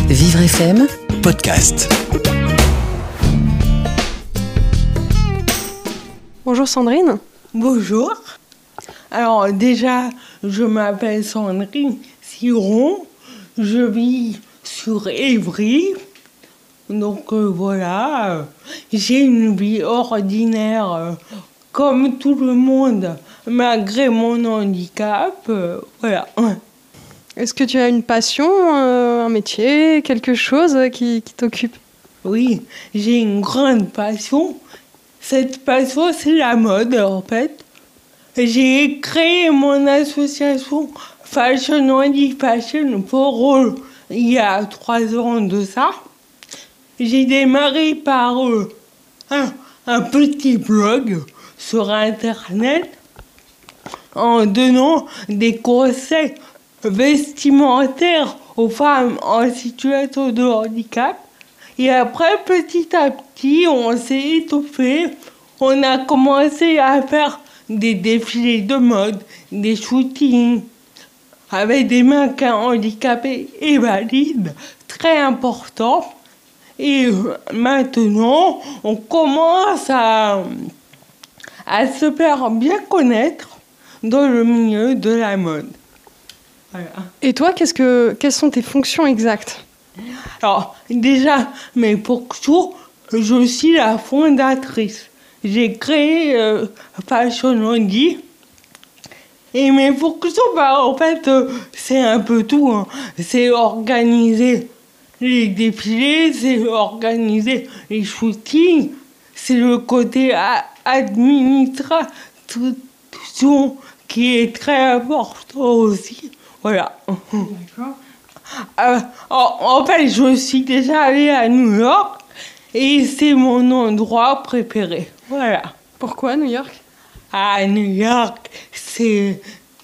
Vivre FM podcast. Bonjour Sandrine. Bonjour. Alors déjà, je m'appelle Sandrine Siron. Je vis sur Évry. Donc voilà, j'ai une vie ordinaire comme tout le monde, malgré mon handicap. Voilà. Est-ce que tu as une passion, un métier, quelque chose qui t'occupe ? Oui, j'ai une grande passion. Cette passion, c'est la mode en fait. J'ai créé mon association Fashion Handy Fashion for All il y a 3 ans de ça. J'ai démarré par un petit blog sur Internet en donnant des conseils vestimentaires aux femmes en situation de handicap. Et après, petit à petit, on s'est étoffé. On a commencé à faire des défilés de mode, des shootings avec des mannequins handicapés et valides, très importants. Et maintenant, on commence à se faire bien connaître dans le milieu de la mode. Voilà. Et toi, quelles sont tes fonctions exactes ? Alors, déjà, mes fonctions, je suis la fondatrice. J'ai créé Fashion Handy. Et mes fonctions, en fait, c'est un peu tout. Hein. C'est organiser les défilés, c'est organiser les shootings, c'est le côté administration qui est très important aussi. Voilà. D'accord. En fait, je suis déjà allée à New York et c'est mon endroit préféré. Voilà. Pourquoi New York ? À New York, c'est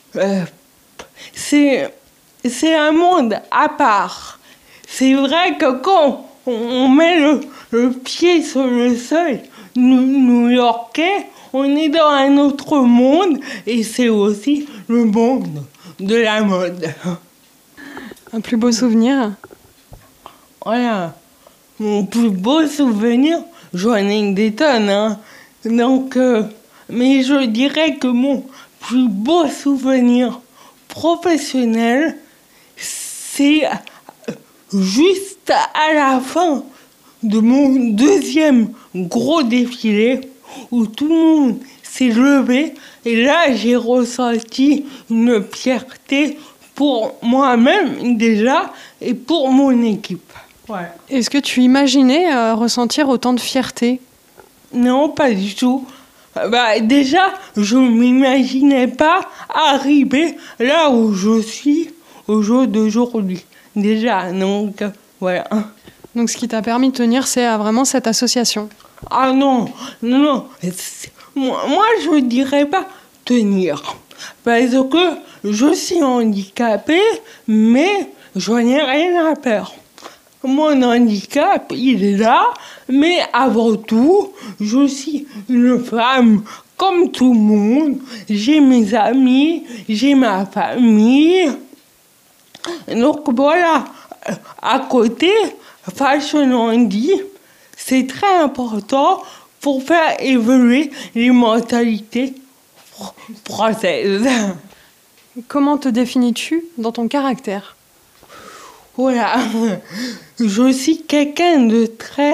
un monde à part. C'est vrai que quand on met le pied sur le sol new-yorkais, on est dans un autre monde et c'est aussi le monde de la mode. Un plus beau souvenir ? Voilà. Mon plus beau souvenir, j'en ai des tonnes, hein. Donc, mais je dirais que mon plus beau souvenir professionnel, c'est juste à la fin de mon deuxième gros défilé où tout le monde s'est levé et là j'ai ressenti une fierté pour moi-même déjà et pour mon équipe. Ouais. Est-ce que tu imaginais ressentir autant de fierté ? Non, pas du tout. Déjà, je ne m'imaginais pas arriver là où je suis au jour d'aujourd'hui. Déjà, donc, voilà. Donc ce qui t'a permis de tenir, c'est vraiment cette association ? Ah non. Moi, je ne dirais pas tenir. Parce que je suis handicapée, mais je n'ai rien à faire. Mon handicap, il est là, mais avant tout, je suis une femme comme tout le monde. J'ai mes amis, j'ai ma famille. Donc voilà, à côté, Fashion Handy, c'est très important pour faire évoluer les mentalités françaises. Comment te définis-tu dans ton caractère ? Voilà, je suis quelqu'un de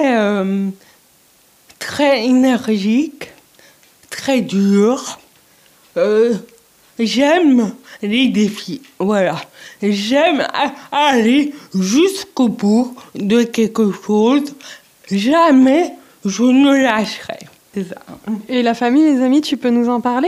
très énergique, très dur. J'aime les défis, voilà. J'aime aller jusqu'au bout de quelque chose. Jamais je ne lâcherai. C'est ça. Et la famille, les amis, tu peux nous en parler ?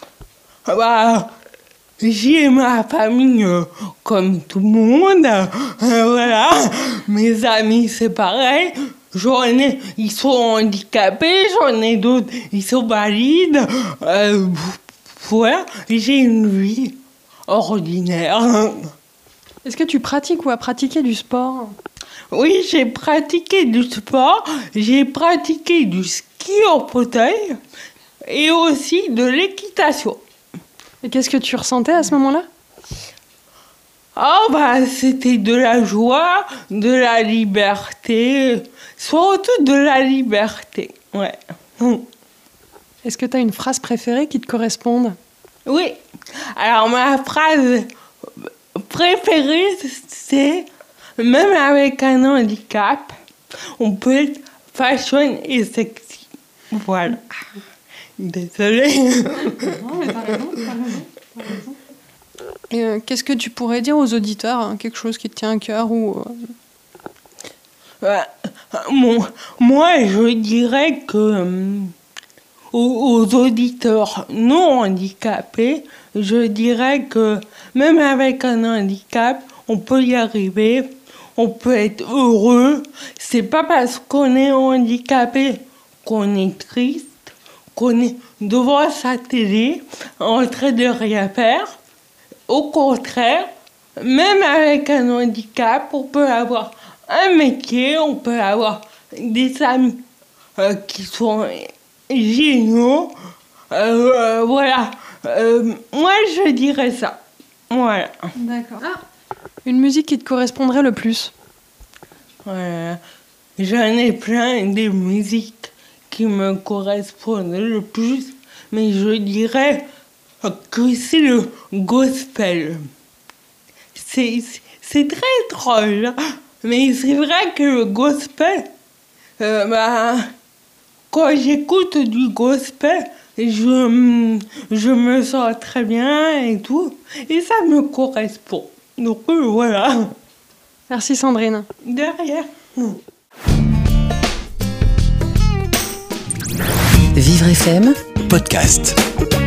J'ai ma famille comme tout le monde, voilà. Mes amis, c'est pareil. Ils sont handicapés, j'en ai d'autres, ils sont valides. Voilà, j'ai une vie ordinaire. Est-ce que tu pratiques ou as pratiqué du sport ? Oui, j'ai pratiqué du sport, j'ai pratiqué du ski en fauteuil et aussi de l'équitation. Et qu'est-ce que tu ressentais à ce moment-là ? Oh, c'était de la joie, de la liberté, surtout de la liberté, ouais. Est-ce que tu as une phrase préférée qui te corresponde ? Oui, alors ma phrase préférée, c'est « Même avec un handicap, on peut être fashion et sexy ». Voilà. Désolée. Non, mais t'as raison. Et qu'est-ce que tu pourrais dire aux auditeurs, hein, quelque chose qui te tient à cœur ou... Moi, je dirais que aux auditeurs non handicapés, je dirais que même avec un handicap, on peut y arriver, on peut être heureux. C'est pas parce qu'on est handicapé qu'on est triste, qu'on est devant sa télé en train de rien faire. Au contraire, même avec un handicap, on peut avoir un métier, on peut avoir des amis qui sont géniaux. Voilà. Moi, je dirais ça. Voilà. D'accord. Une musique qui te correspondrait le plus ? J'en ai plein des musiques qui me correspondent le plus, mais je dirais que c'est le gospel. C'est très drôle, hein, mais c'est vrai que le gospel, quand j'écoute du gospel, je me sens très bien et tout, et ça me correspond. Donc voilà. Merci Sandrine. De rien. Vivre FM podcast.